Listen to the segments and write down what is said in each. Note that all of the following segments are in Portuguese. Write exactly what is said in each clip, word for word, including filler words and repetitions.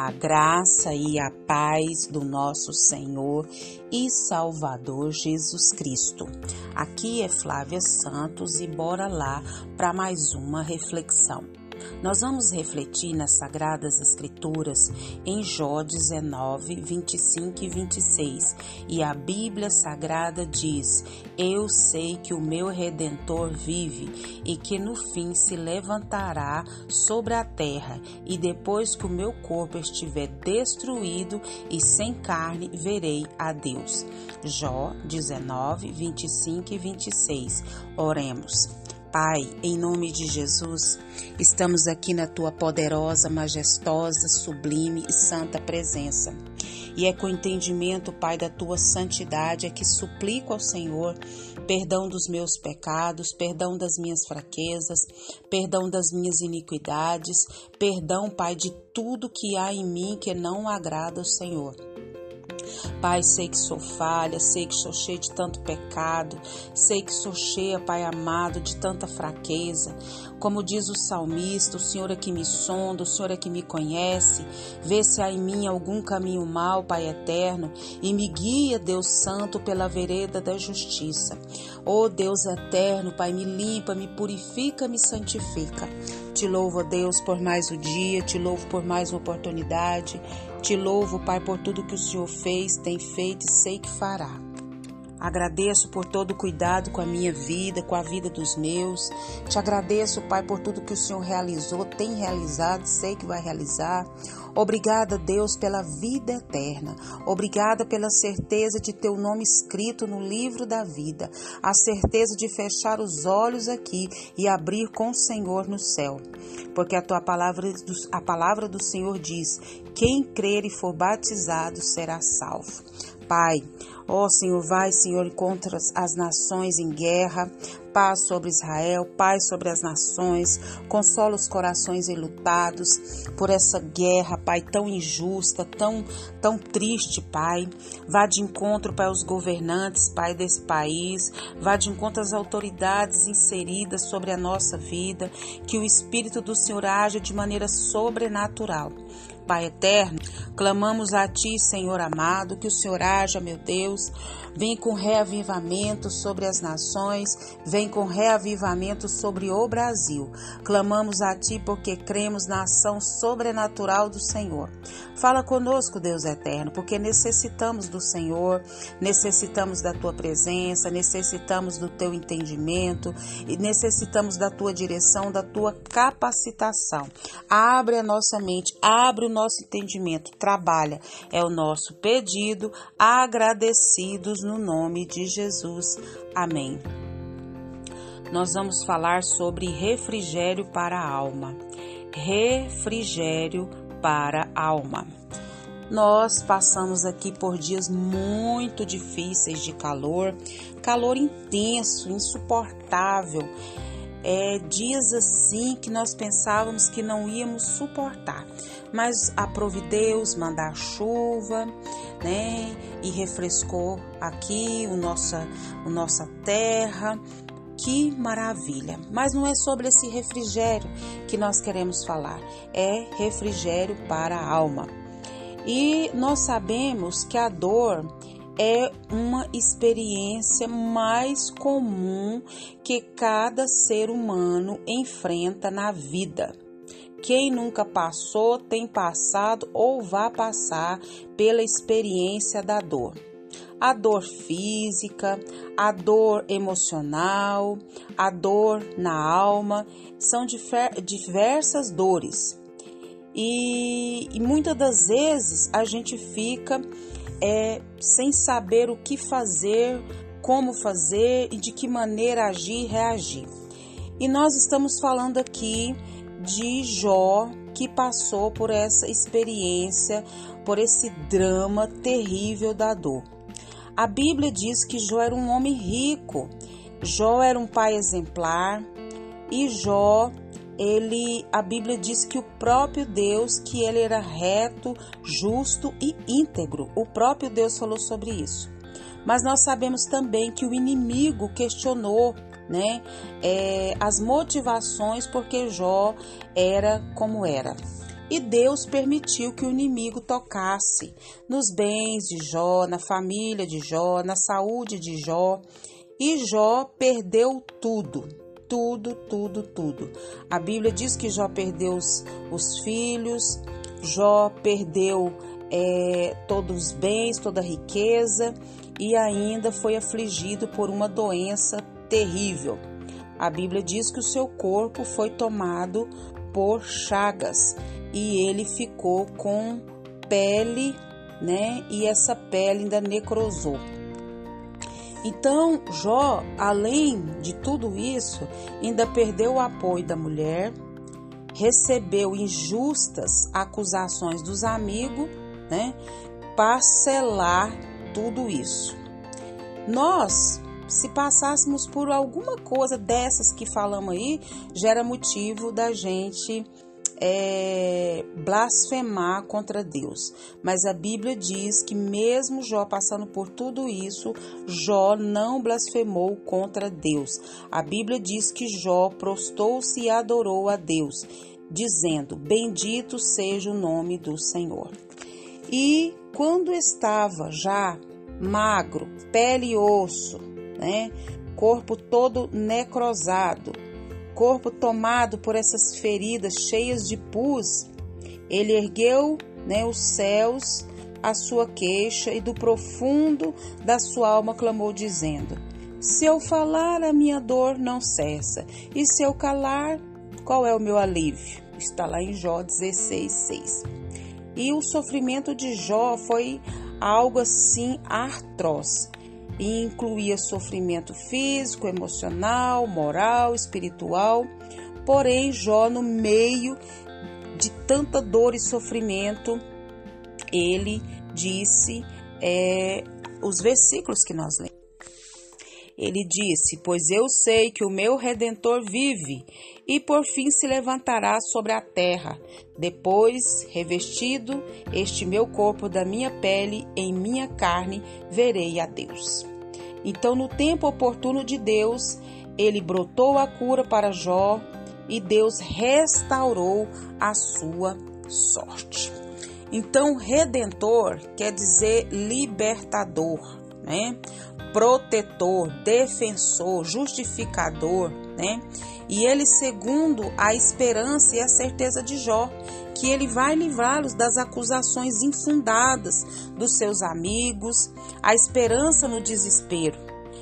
A graça e a paz do nosso Senhor e Salvador Jesus Cristo. Aqui é Flávia Santos e bora lá para mais uma reflexão. Nós vamos refletir nas Sagradas Escrituras em Jó dezenove, vinte e cinco e vinte e seis. E a Bíblia Sagrada diz: Eu sei que o meu Redentor vive e que no fim se levantará sobre a terra, e depois que o meu corpo estiver destruído e sem carne, verei a Deus. Jó dezenove, vinte e cinco e vinte e seis. Oremos. Pai, em nome de Jesus, estamos aqui na Tua poderosa, majestosa, sublime e santa presença. E é com entendimento, Pai, da Tua santidade é que suplico ao Senhor perdão dos meus pecados, perdão das minhas fraquezas, perdão das minhas iniquidades, perdão, Pai, de tudo que há em mim que não agrada ao Senhor. Pai, sei que sou falha, sei que sou cheia de tanto pecado, sei que sou cheia, Pai amado, de tanta fraqueza. Como diz o salmista, o Senhor é que me sonda, o Senhor é que me conhece, vê se há em mim algum caminho mau, Pai eterno, e me guia, Deus santo, pela vereda da justiça. Ó Deus eterno, Pai, me limpa, me purifica, me santifica. Te louvo, ó Deus, por mais um dia, te louvo por mais uma oportunidade, te louvo, Pai, por tudo que o Senhor fez, tem feito e sei que fará. Agradeço por todo o cuidado com a minha vida, com a vida dos meus. Te agradeço, Pai, por tudo que o Senhor realizou, tem realizado, sei que vai realizar. Obrigada, Deus, pela vida eterna. Obrigada pela certeza de Teu nome escrito no livro da vida. A certeza de fechar os olhos aqui e abrir com o Senhor no céu. Porque a Tua palavra, a palavra do Senhor diz: quem crer e for batizado será salvo. Pai, ó Senhor, vai, Senhor, contra as nações em guerra, paz sobre Israel, paz sobre as nações, consola os corações enlutados por essa guerra, Pai, tão injusta, tão, tão triste, Pai. Vá de encontro para os governantes, Pai, desse país, vá de encontro às autoridades inseridas sobre a nossa vida, que o Espírito do Senhor haja de maneira sobrenatural. Pai eterno, clamamos a Ti, Senhor amado, que o Senhor haja, meu Deus, vem com reavivamento sobre as nações, vem com reavivamento sobre o Brasil. Clamamos a Ti porque cremos na ação sobrenatural do Senhor. Fala conosco, Deus eterno, porque necessitamos do Senhor, necessitamos da Tua presença, necessitamos do Teu entendimento e necessitamos da Tua direção, da Tua capacitação. Abre a nossa mente, abre o nosso entendimento, trabalha, é o nosso pedido, agradecidos no nome de Jesus. Amém. Nós vamos falar sobre refrigério para a alma. Refrigério para a alma. Nós passamos aqui por dias muito difíceis de calor, calor intenso, insuportável. É, dias assim que nós pensávamos que não íamos suportar, mas aprove Deus mandar chuva, né, e refrescou aqui o nossa, o nossa terra. Que maravilha! Mas não é sobre esse refrigério que nós queremos falar, é refrigério para a alma. E nós sabemos que a dor é uma experiência mais comum que cada ser humano enfrenta na vida. Quem nunca passou, tem passado ou vai passar pela experiência da dor. A dor física, a dor emocional, a dor na alma, são diversas dores. E, e muitas das vezes a gente fica É, sem saber o que fazer, como fazer e de que maneira agir e reagir. E nós estamos falando aqui de Jó, que passou por essa experiência, por esse drama terrível da dor. A Bíblia diz que Jó era um homem rico, Jó era um pai exemplar e Jó, Ele, a Bíblia diz que o próprio Deus, que ele era reto, justo e íntegro. O próprio Deus falou sobre isso. Mas nós sabemos também que o inimigo questionou, né, é, as motivações porque Jó era como era. E Deus permitiu que o inimigo tocasse nos bens de Jó, na família de Jó, na saúde de Jó. E Jó perdeu tudo, tudo, tudo, tudo. A Bíblia diz que Jó perdeu os, os filhos, Jó perdeu é, todos os bens, toda a riqueza e ainda foi afligido por uma doença terrível. A Bíblia diz que o seu corpo foi tomado por chagas e ele ficou com pele, né? E essa pele ainda necrosou. Então, Jó, além de tudo isso, ainda perdeu o apoio da mulher, recebeu injustas acusações dos amigos, né? Parcelar tudo isso. Nós, se passássemos por alguma coisa dessas que falamos aí, já era motivo da gente é, blasfemar contra Deus. Mas a Bíblia diz que mesmo Jó passando por tudo isso, Jó não blasfemou contra Deus. A Bíblia diz que Jó prostou-se e adorou a Deus, dizendo: bendito seja o nome do Senhor. E quando estava já magro, pele e osso, né? Corpo todo necrosado, corpo tomado por essas feridas cheias de pus, ele ergueu, né, os céus a sua queixa e do profundo da sua alma clamou dizendo: se eu falar, a minha dor não cessa, e se eu calar, qual é o meu alívio? Está lá em Jó dezesseis, seis. E o sofrimento de Jó foi algo assim atroz. E incluía sofrimento físico, emocional, moral, espiritual. Porém, Jó, no meio de tanta dor e sofrimento, ele disse é, os versículos que nós lemos. Ele disse: pois eu sei que o meu Redentor vive e por fim se levantará sobre a terra. Depois, revestido este meu corpo da minha pele, em minha carne, verei a Deus. Então, no tempo oportuno de Deus, ele brotou a cura para Jó e Deus restaurou a sua sorte. Então, Redentor quer dizer libertador, né? Protetor, defensor, justificador, né? E ele, segundo a esperança e a certeza de Jó, que ele vai livrá-los das acusações infundadas dos seus amigos, a esperança no desespero.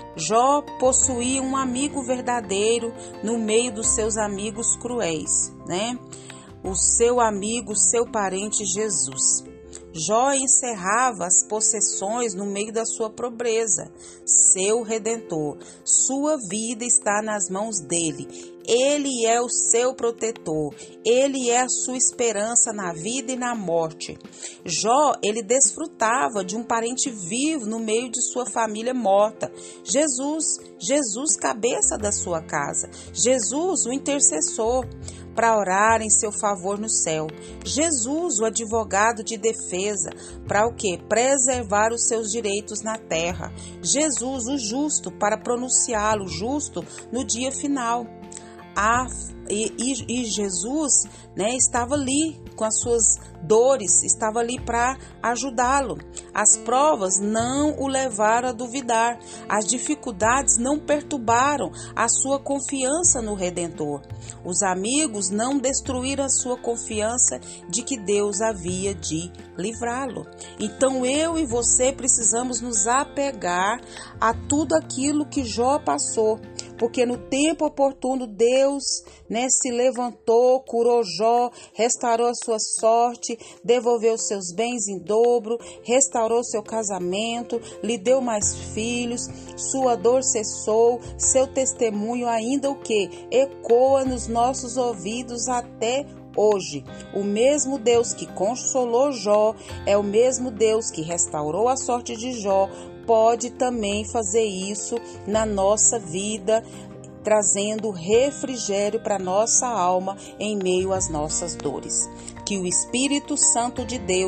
Jó possuía um amigo verdadeiro no meio dos seus amigos cruéis, né? O seu amigo, seu parente Jesus. Jó encerrava as possessões no meio da sua pobreza, seu Redentor. Sua vida está nas mãos dele. Ele é o seu protetor. Ele é a sua esperança na vida e na morte. Jó, ele desfrutava de um parente vivo no meio de sua família morta. Jesus, Jesus, cabeça da sua casa. Jesus, o intercessor, para orar em seu favor no céu. Jesus, o advogado de defesa, para o quê? Preservar os seus direitos na terra. Jesus, o justo, para pronunciá-lo justo no dia final. Ah, e, e, e Jesus, né, estava ali com as suas dores, estava ali para ajudá-lo. As provas não o levaram a duvidar, as dificuldades não perturbaram a sua confiança no Redentor. Os amigos não destruíram a sua confiança de que Deus havia de livrá-lo. Então eu e você precisamos nos apegar a tudo aquilo que Jó passou, porque no tempo oportuno Deus, né, se levantou, curou Jó, restaurou a sua sorte, devolveu seus bens em dobro, restaurou seu casamento, lhe deu mais filhos, sua dor cessou, seu testemunho ainda o que? Ecoa nos nossos ouvidos até hoje. O mesmo Deus que consolou Jó é o mesmo Deus que restaurou a sorte de Jó, pode também fazer isso na nossa vida, trazendo refrigério para nossa alma em meio às nossas dores. Que o Espírito Santo de Deus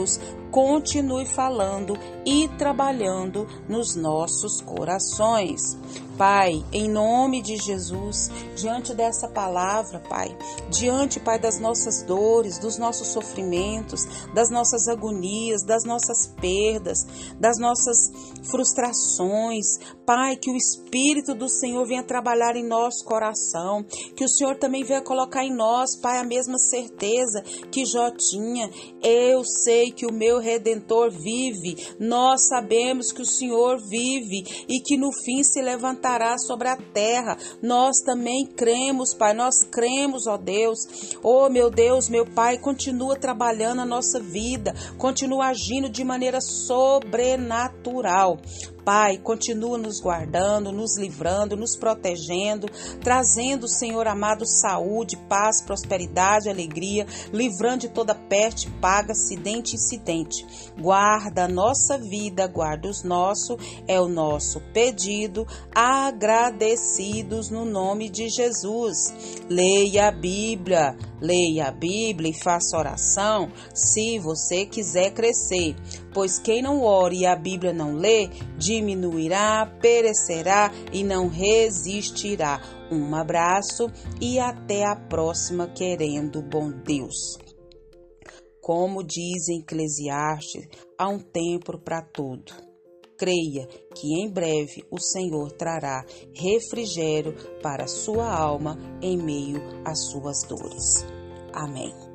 continue falando e trabalhando nos nossos corações. Pai, em nome de Jesus, diante dessa palavra, Pai, diante, Pai, das nossas dores, dos nossos sofrimentos, das nossas agonias, das nossas perdas, das nossas frustrações, Pai, que o Espírito do Senhor venha trabalhar em nosso coração, que o Senhor também venha colocar em nós, Pai, a mesma certeza que Jó tinha. Eu sei que o meu Redentor vive, nós sabemos que o Senhor vive e que no fim se levantará sobre a terra. Nós também cremos, Pai, nós cremos, ó Deus. Oh, meu Deus, meu Pai, continua trabalhando a nossa vida, continua agindo de maneira sobrenatural. Pai, continua nos guardando, nos livrando, nos protegendo, trazendo, Senhor amado, saúde, paz, prosperidade, alegria, livrando de toda peste, paga, acidente e incidente. Guarda a nossa vida, guarda os nossos, é o nosso pedido, agradecidos no nome de Jesus. Leia a Bíblia, leia a Bíblia e faça oração se você quiser crescer, pois quem não ore e a Bíblia não lê, diminuirá, perecerá e não resistirá. Um abraço e até a próxima, querendo bom Deus. Como diz em Eclesiastes, há um tempo para tudo. Creia que em breve o Senhor trará refrigério para a sua alma em meio às suas dores. Amém.